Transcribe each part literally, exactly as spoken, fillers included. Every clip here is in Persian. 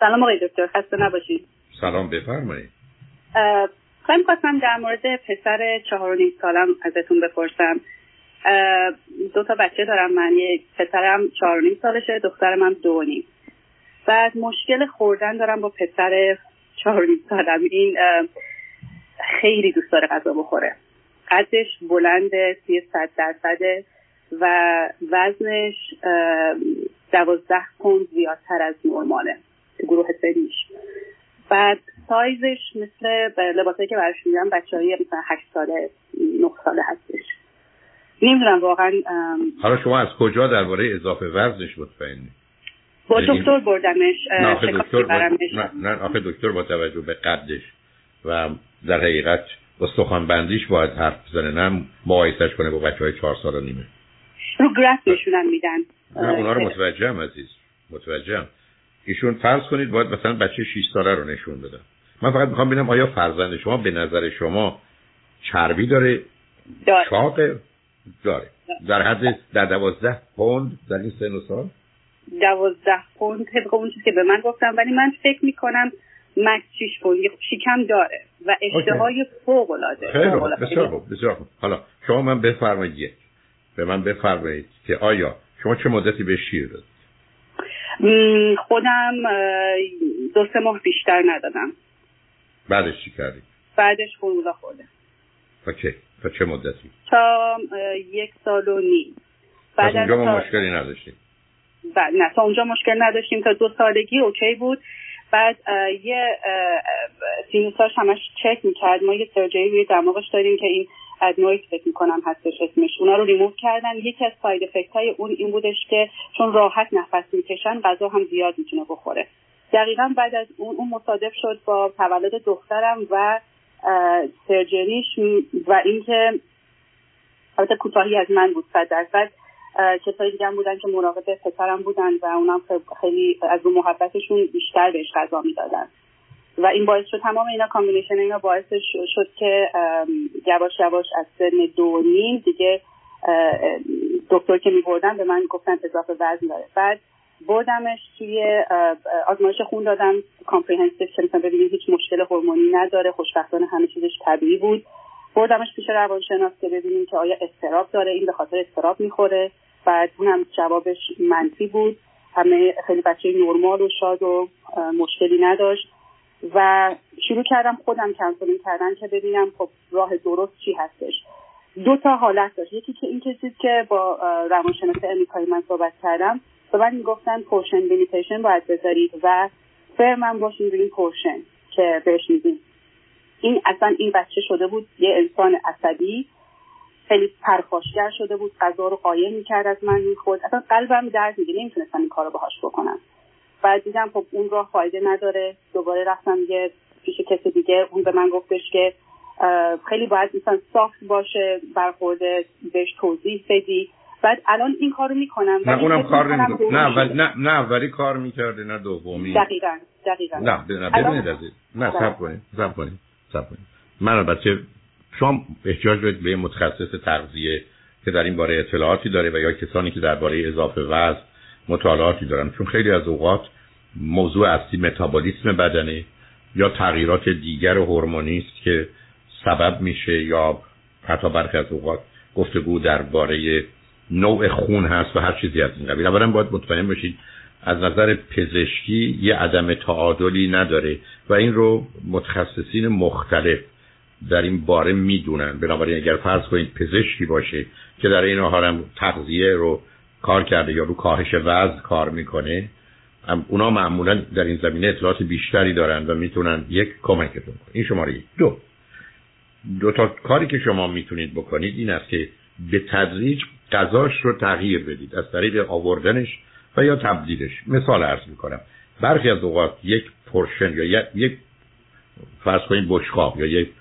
سلام آقای دکتر، خسته نباشید. سلام، بفرمایید. خواهیم خواستم در مورد پسر چهار و نیم سالم ازتون بپرسم. دو تا بچه دارم من، یک پسرم چهار و نیم سالشه، دخترم هم دو و نیم. بعد مشکل خوردن دارم با پسر چهار و نیم سالم. این خیلی دوست داره غذا بخوره. قدش بلنده، سی صد درصده و وزنش دوازده پوند زیادتر از نرماله تو گروه سنیش. بعد سایزش مثل لباسایی که براش میگم بچه‌ای مثلا هشت ساله نه ساله هستش. نمیدونم واقعا. حالا شما از کجا درباره اضافه وزنش مطمئنی؟ با دکتر بردمش. نه آخه دکتر با... نه, نه آخه دکتر با توجه به قدش و در حقیقت استخوان-بندیش باید حرف بزنه، نه مقایسه‌اش کنه با بچه‌های چهار سال و نیمه. رو گراف نشونم میدن. نه اونا رو متوجهم عزیز، متوجهم. ایشون فرض کنید باید مثلا بچه شش ساله رو نشون بدن. من فقط میخوام ببینم آیا فرزند شما به نظر شما چربی داره؟ داره. چاقه؟ داره. در حد در دوازده پوند در این سن و سال؟ دوازده پوند طبق اون چیزی که به من گفتم، ولی من فکر میکنم مکس شش پوند. شکم داره و اشتهای فوق العاده. خیلی خوب، بسیار خوب، بسیار خوب. حالا شما من بفرمایید به من بفرمایید که آیا شما چه مدتی به شیر دادید؟ خودم دو سه ماه بیشتر ندادم. بعدش چی کردید؟ بعدش فرمولا خوردم. اوکی. تا چه مدتی؟ تا یک سال و نیم. بعد اونجا ما تا... مشکلی نداشتیم؟ بعد نه تا اونجا مشکل نداشتیم، تا دو سالگی اوکی بود. بعد یه سینوساش همش چک میکرد. ما یه سرجری روی دماغش داریم که این ادنویت فکر میکنم هستش اسمش. اونا رو ریموو کردن. یکی از ساید افکت های اون این بودش که چون راحت نفس میکشن غذا هم زیاد میتونه بخوره. دقیقاً بعد از اون اون مصادف شد با تولد دخترم و سرجریش و اینکه البته کوتاهی از من بود صد درصد. کسایی دیگه هم بودن که مراقب پسرم بودن و اونم خیلی از اون محبتشون بیشتر بهش غذا میدادن و این باعث شد تمام اینا کامبینیشن اینا باعث شد که یواش یواش از سن دو و نیم دیگه دکتر که می‌بردن به من گفتن اضافه وزن داره. بعد بردمش توی آزمایش خون دادم کامپریهنسیو که مثلا ببینیم هیچ مشکل هورمونی نداره، خوشبختانه همه چیزش طبیعی بود. بردمش پیش روانشناس که ببینیم که آیا اضطراب داره، این به خاطر اضطراب میخوره. بعد اونم جوابش منفی بود، همه خیلی بچه نرمال و شاد و مشکلی نداشت و شروع کردم خودم کانسولینگ کردن که ببینم خب راه درست چی هستش. دو تا حالت داشت، یکی که این کسی که با روانشناس امریکایی من صحبت کردم به من میگفتن پورشن لیمیتیشن باید بذارید و فرمم باشین روی این پورشن که بهش میدین. این اصلا این بچه شده بود یه انسان عصبی، خیلی پرخاشگر شده بود، غذا رو قایم میکرد از من میخورد، اصلا قلبم درد میگه، نمیتونستم این کارو باهاش بکنم. بعد دیدم خب اون راه فایده نداره، دوباره رفتم یه پیش کسی دیگه، اون به من گفتش که خیلی باید مثلا سافت باشه، برخورده بهش توضیح بدی. بعد الان این کارو میکنم. نه اونم کار نمیکنه. نه ولی نه نه اولی کار میکرده نه دومی. دقیقاً دقیقاً. نه نه ببینید عزیز. نه صبر کنید. صبر کنید. صبر کنید. من البته شما احتیاج دارید به متخصص تغذیه که در این باره اطلاعاتی داره و یا کسانی که درباره اضافه وزن مطالعاتی دارن، چون خیلی از اوقات موضوع اصلی متابولیسم بدنه یا تغییرات دیگر هورمونی است که سبب میشه، یا حتی برخی از اوقات گفتگو درباره نوع خون هست و هر چیزی از این قبیل. اولا باید مطمئن باشید از نظر پزشکی یه عدم تعادلی نداره و این رو متخصصین مختلف در این باره میدونن. بنابراین اگر فرض کنید پزشکی باشه که در این حال هم تغذیه رو کار کرده یا رو کاهش وزن کار میکنه، اونا معمولا در این زمینه اطلاعات بیشتری دارن و میتونن یک کمکتون کنن. این شماره یک. دو دو تا کاری که شما میتونید بکنید این است که به تدریج غذاش رو تغییر بدید از طریق آوردنش و یا تبدیلش. مثال عرض میکنم، برخی از اوقات یک پورشن یا یک فرض کنید بشقاب یا یک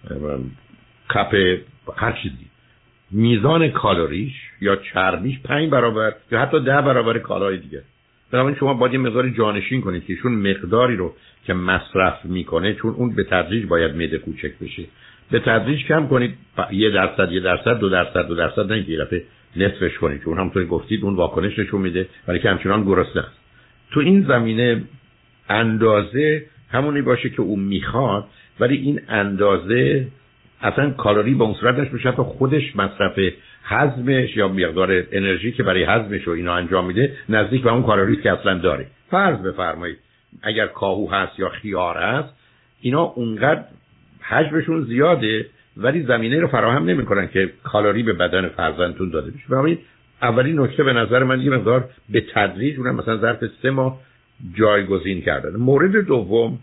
کپ هر چیزی میزان کالریش یا چربیش پنج برابر یا حتی ده برابر کالری دیگه. بنابراین شما باید یه مقدار جانشین کنید که ایشون مقداری رو که مصرف میکنه، چون اون به تدریج باید معده کوچک بشه، به تدریج کم کنید. یه درصد یه درصد دو درصد دو درصد نه یه دفعه نصفش کنید، چون همونطور گفتید اون واکنش نشون میده ولی که همچنان گرسنه است. تو این زمینه اندازه همونی باشه که اون میخواد، ولی این اندازه اصلا کالری به اون صورت نش بشه تا خودش مصرف هضمش یا مقدار انرژی که برای هضمش و اینا انجام میده نزدیک به اون کالری که اصلا داره. فرض بفرمایید اگر کاهو هست یا خیار هست، اینا اونقدر حجمشون زیاده ولی زمینه رو فراهم نمیکنن که کالری به بدن فرزندتون داده بشه. ببینید اولین نکته به نظر من یه مقدار به تدریج اونم مثلا ظرف سه ماه جایگزین کردن. مورد دوم،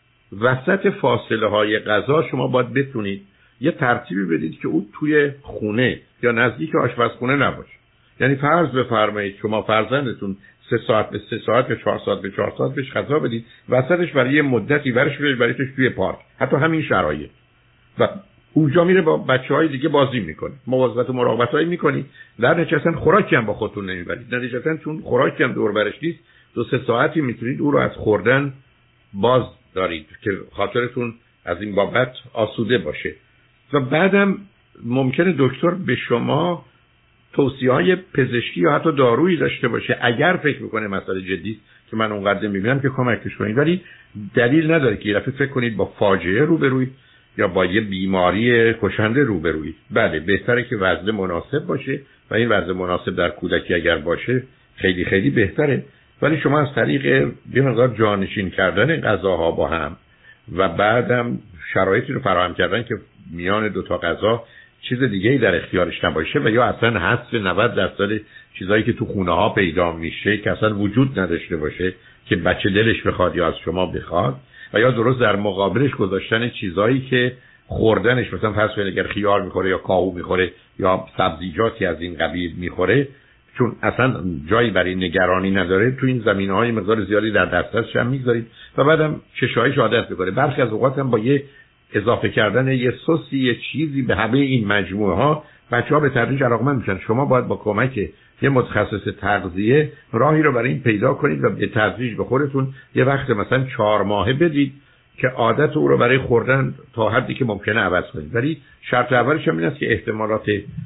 وسط فاصله های غذا شما باید بتونید یه ترتیبی بدید که او توی خونه یا نزدیک آشپزخونه نباشه. یعنی فرض بفرمایید شما فرزندتون سه ساعت به سه ساعت به چهار ساعت به چهار ساعت بهش غذا بدید، وسطش برای یه مدتی برش بدید برای توش توی پارک، حتی همین شرایط، و اونجا میره با بچه‌های دیگه بازی میکنه، مواظبت و مراقبتایی میکنید، در نتیجه خوراکی هم با خودتون نمیبرید، نتیجه چون خوراکی هم دور برش نیست دو سه ساعتی میتونید او رو از خوردن باز دارید که خاطرتون از این بابت آسوده باشه. و بعدم ممکنه دکتر به شما توصیه‌های پزشکی یا حتی دارویی داشته باشه اگر فکر میکنه مسئله جدی است که من اونقدر میبینم که کمکش کنید، ولی دلیل نداره که یه دفعه فکر کنید با فاجعه روبروید یا با یه بیماری کشنده روبروید. بله بهتره که وزن مناسب باشه و این وزن مناسب در کودکی اگر باشه خیلی خیلی بهتره، ولی شما از طریق یه مقدار جانشین کردن غذاها با هم و بعدم شرایطی رو فراهم کردن که میان دو تا غذا چیز دیگه‌ای در اختیارش نباشه و یا اصلا حذف نود درصد چیزایی که تو خونه ها پیدا میشه که اصلا وجود نداشته باشه که بچه دلش بخواد یا از شما بخواد، و یا درست در مقابلش گذاشتن چیزایی که خوردنش مثلا فرض کنید اگر خیار میخوره یا کاهو میخوره یا سبزیجاتی از این قبیل میخوره چون اصلا جایی برای نگرانی نداره تو این زمینه‌های مقدار زیادی در دسترسش هم میگذارید و بعدم چشایش عادت میکنه. برخی از اوقات هم با یه اضافه کردن یه سوسی یه چیزی به همه این مجموعه ها بچه‌ها به تدریج علاقمند میشن. شما باید با کمک یه متخصص تغذیه راهی رو برای این پیدا کنید و به تدریج به خودتون یه وقت مثلا چهار ماهه بدید که عادت او رو برای خوردن تا حدی که ممکنه عوض کنید. ولی شرط اولش هم این است که احتمالات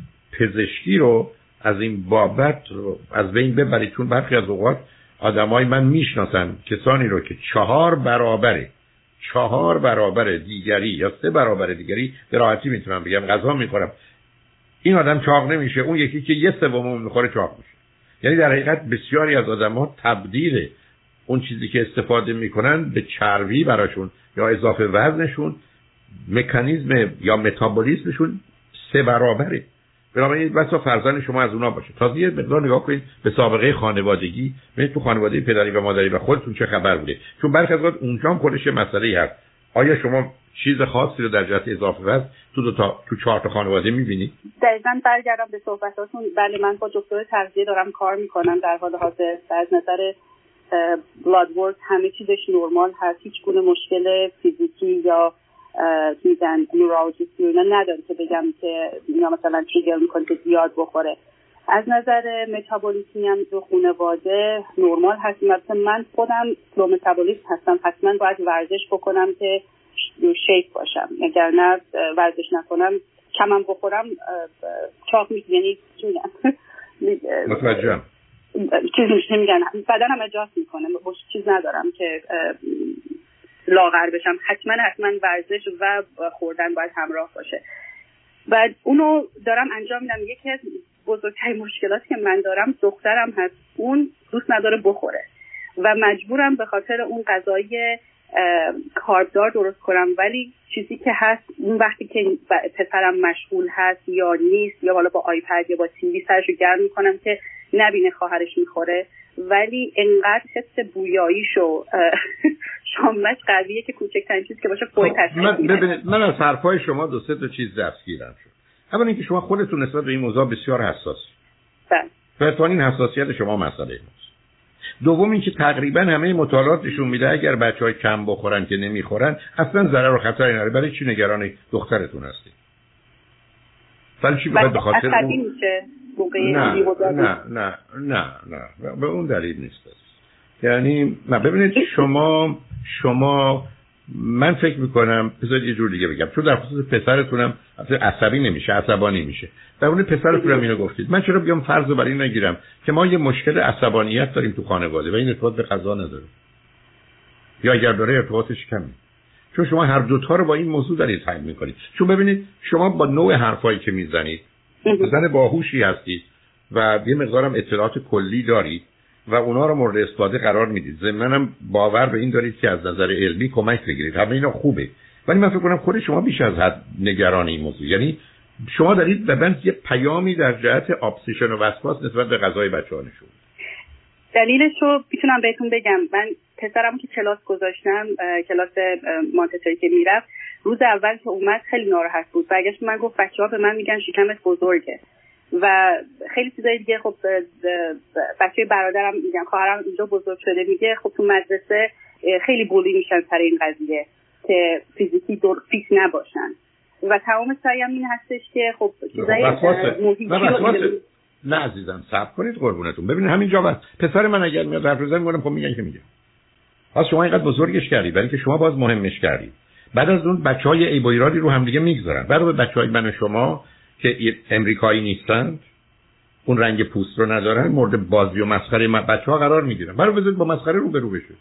پزشکی رو از این بابت رو از بین ببرید، چون برخی از اوقات آدمای من میشناسن کسانی رو که چهار برابره چهار برابر دیگری یا سه برابر دیگری به راحتی میتونم بگم غذا میخورم، این آدم چاق نمیشه، اون یکی که یه سوم میخوره چاق میشه. یعنی در حقیقت بسیاری از آدم‌ها تبدیل اون چیزی که استفاده میکنن به چربی براشون یا اضافه وزنشون مکانیزم یا متابولیسمشون سه برابره. بنابراین بسا فرزند شما از اونا باشه. تازه یه مقدار نگاه کنید به سابقه خانوادگی، ببینید تو خانواده پدری و مادری و خودتون چه خبر بوده، چون برخی از وقت اونجا هم خودش مسئله‌ای هست. آیا شما چیز خاصی رو در جهت اضافه وزن تو دو تا تو چهار تا خانواده می‌بینید؟ دقیقاً برگردم به صحبتاتون. بله من با دکتر تغذیه دارم کار میکنم در حال حاضر. از نظر بلاد ورک همه چیزش نرمال هست، هیچ گونه مشکل فیزیکی یا میگن نورولوژیستی و اینا نداره که بگم که اینا مثلا تریگر میکنه که زیاد بخوره. از نظر متابولیسمی هم تو خانواده نرمال هست. مثلا من خودم لو متابولیسم هستم، حتما باید ورزش بکنم که شیپ باشم، اگر نه ورزش نکنم کمم بخورم چاق میشه. یعنی چی میگن متوجهم چیزی میگن بدنم اجاست میکنه، چیز ندارم که لاغر بشم. حتما حتما ورزش و خوردن باید همراه باشه و اونو دارم انجام میدم. یکی از بزرگترین مشکلاتی که من دارم دخترم هست، اون دوست نداره بخوره و مجبورم به خاطر اون غذای کاربدار درست کنم، ولی چیزی که هست اون وقتی که پسرم مشغول هست یا نیست یا حالا با آیپد یا با تیوی سرشو گرم میکنم که نبینه خواهرش میخوره، ولی انقدر حس بویاییشو شامش قویه که کوچکترین چیز که باشه فوری تشخیص میده. ببینید من از حرفای شما دو سه تا چیز دستگیرم شد. اول اینکه شما خودتون نسبت به این موضوع بسیار حساسی. بله. فرضاً این حساسیت شما مسئله است. دوم اینکه تقریبا همه مطالعات نشون میده اگر بچهای کم بخورن که نمیخورن اصلا ضرر و خطری نداره. برای چی نگران دخترتون هستید؟ ولی چی بخاطر به خاطر اون نه نه نه نه نه به اون دلیل نیست. یعنی نه ببینید شما شما من فکر میکنم بذارید یه جور دیگه بگم، چون در خصوص پسرتونم عصبی نمیشه عصبانی میشه. در اون پسرتونم اینو گفتید، من چرا بیام فرض رو برای نگیرم که ما یه مشکل عصبانیت داریم تو خانواده و این ارتباط به غذا نداره. یا اگر داره ارتباطش کمه. چون شما هر دوتا رو با این موضوع دارید تعیین میکنید. چون ببینید شما با نوع حرفایی که میزنید زن باهوشی هستید و یه مقدارم اطلاعات کلی دارید و اونا رو مورد استفاده قرار میدید. ضمناً هم باور به این دارید که از نظر علمی کمک بگیرید. همه اینا خوبه. ولی من فکر کنم خود شما بیش از حد نگران این موضوع. یعنی شما دارید به من یه پیامی در جهت ابسشن و وسواس نسبت به غذای بچه‌هاشون. دلیلش رو میتونم بهتون بگم. من پسرم که کلاس گذاشتم، کلاس مانتسوری که میرفت، روز اول که اومد خیلی ناراحت بود. برگشت من گفت بچه‌ها به من میگن شکمت بزرگه و خیلی چیزای دیگه. خب بچه برادرم میگن، خواهرم اینجا بزرگ شده، میگه خب تو مدرسه خیلی بولی میشن سر این قضیه که فیزیکی دور فیت نباشن و تمام سعیم این هستش که خب چیزای محیطی. نه عزیزم صبر کنید قربونتون. ببینید همینجا بس پسر من اگر میاد حرف بزنه میگم خب میگن که میگه از شما اینقدر بزرگش کردید برای که شما باز مهمش کردید. بعد از اون بچهای ای بایرادی رو هم دیگه میگذارن. برای بچهای من و شما که امریکایی نیستند، اون رنگ پوست رو ندارن، مورد بازی و مسخره بچه‌ها قرار میگیرن. برای بذارید با مسخره رو به رو بشه.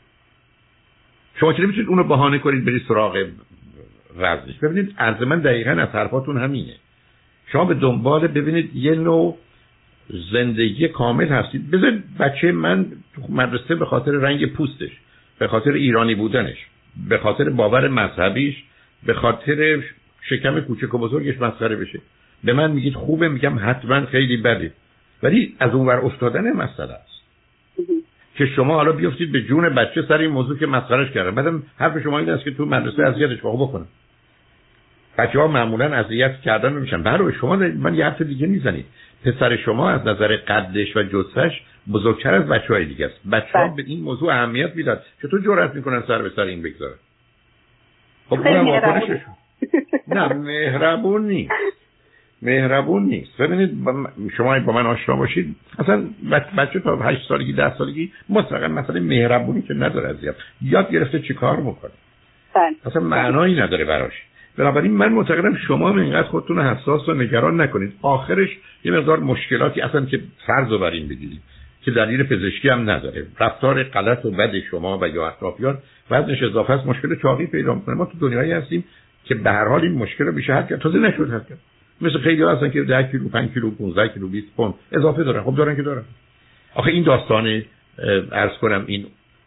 شما چه میتونید اونو بهانه کنید برید سراغ وزنش. ببینید عرض من دقیقاً از حرفاتون همینه. شما به دنبال ببینید یه نوع زندگی کامل هستید. بذارید بچه من تو مدرسه به خاطر رنگ پوستش، به خاطر ایرانی بودنش، به خاطر باور مذهبیش، به خاطر شکم کوچک و بزرگش مسخره بشه. به من میگید خوبه، میگم حتما خیلی بده. ولی از اون ور افتادن مسئله است که شما حالا بیافتید به جون بچه سر این موضوع که مسخرهش کرده. بعدم حرف شما این است که تو مدرسه اذیتش بکنه. بچه‌ها معمولاً اذیت کردن میشن. برای شما من یه حرف دیگه میزنید. پسر شما از نظر قدش و جثه‌اش بزرگتر از بچه‌های دیگه است. بچه‌ها به این موضوع اهمیت میدن. چطور جرأت میکنن سر به سر این بگذارن؟ خب اونم واکنششون. نه مهربون نیست. مهربون نیست. ببینید شما با من آشنا باشید، اصلا بچه تا هشت سالگی ده سالگی مطلقاً مثلا مهربونی که نداره ازیاب. یاد گرفته چیکار میکنه. اصلا معنایی نداره براش. بنابراین من معتقدم شما اینقدر خودتون حساس و نگران نکنید. آخرش یه مقدار مشکلاتی اصلا که فرض رو بر این بگیرید که دلیل پزشکی هم نداره، رفتار غلط و بد شما و یا اطرافیان وزنش اضافه است، مشکل چاقی پیدا می‌کنه. ما تو دنیایی هستیم که به هر حال این مشکل رو بیشتر کرد، تازه نشد هست کرد. مثل خیلی هستن که ده کیلو، پنج کیلو، پانزده کیلو، بیست پوند اضافه دارن. خب دارن که دارن. آخه این داستان عرض کنم این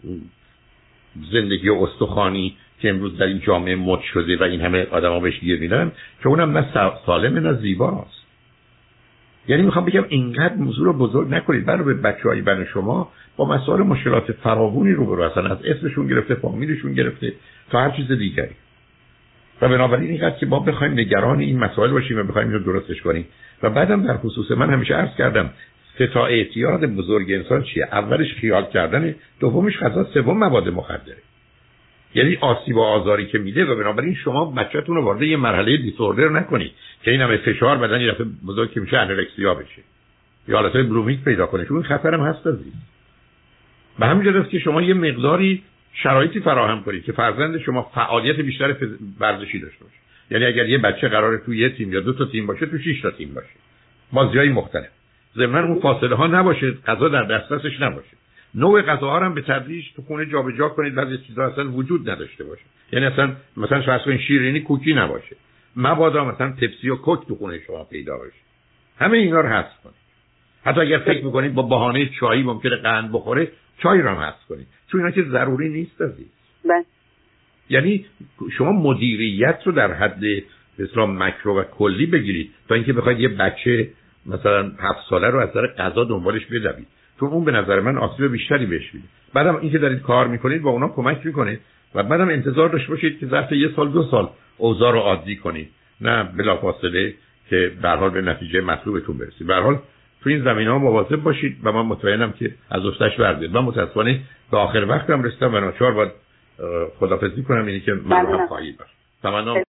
زندگی استخوانی که امروز در این جامعه مد شده و این همه آدما بهش گیر میدن، که اونم نه سالمه نه زیباست. یعنی میخوام بگم اینقدر موضوع رو بزرگ نکنید. برای بچه‌های بن شما با مسائل مشکلات فراوانی روبرو هستن، از اسمشون گرفته، فامیلشون گرفته تا هر چیز دیگری. و بنابراین اینقدر که ما بخوایم نگران این مسائل باشیم و بخوایم اینو درستش کنیم. و بعدم در خصوص من همیشه عرض کردم سه تا اعتیاد بزرگ انسان چیه؟ اولش خیال کردن، دومش غذا، سوم مواد مخدره. یعنی آسیب و آزاری که میده. و بنابراین شما بچه‌تون رو وارد یه مرحله دیسوردر نکنید که این همه فشار بدن یه دفعه بزرگ که میشه انورکسیا بشه یا حالتهای بلومیک پیدا کنه. چون خطرم هست عزیز. به همین جهت که شما یه مقداری شرایطی فراهم کنید که فرزند شما فعالیت بیشتر ورزشی داشته باشه. یعنی اگر یه بچه قراره تو یه تیم یا دو تا تیم باشه، تو شش تا تیم باشه، بازی‌های مختلف. ضمن اون فاصله ها نباشه، غذا در دسترسش نباشه. نوع غذاها رو هم به تدریج تو خونه جابجا کنید، بعضی چیزا اصلا وجود نداشته باشه. یعنی اصلا مثلا فرض کنید شیرینی کوکی نباشه، مبادا مثلا پپسی و کوک تو خونه شما پیدا باشه. همه اینا رو حذف کنید. حتی اگر فکر می‌کنید با بهانه چای ممکنه قند بخوره، چای رو هم حذف کنید، چون اینا که ضروری نیست عزیز. بله. یعنی شما مدیریت رو در حد اصلا ماکرو و کلی بگیرید تا اینکه بخواید یه بچه مثلا هفت ساله رو از نظر غذا دنبالش بدوید، چون اون به نظر من آسیب بیشتری بهش میده. بعدم اینکه دارید کار میکنید با اونا کمک میکنید و بعدم انتظار داشته باشید که ظرف یه سال دو سال اوضاع رو عادی کنید، نه بلافاصله که به هر حال به نتیجه مطلوبتون برسید. به هر حال تو این زمینه‌ها مواظب باشید و من مطمئنم که از استش بردید. من متأسفانه به آخر وقتم رسیدم و ناچار باید خداحافظی کنم، اینی که من هم خواهید باشه. تمام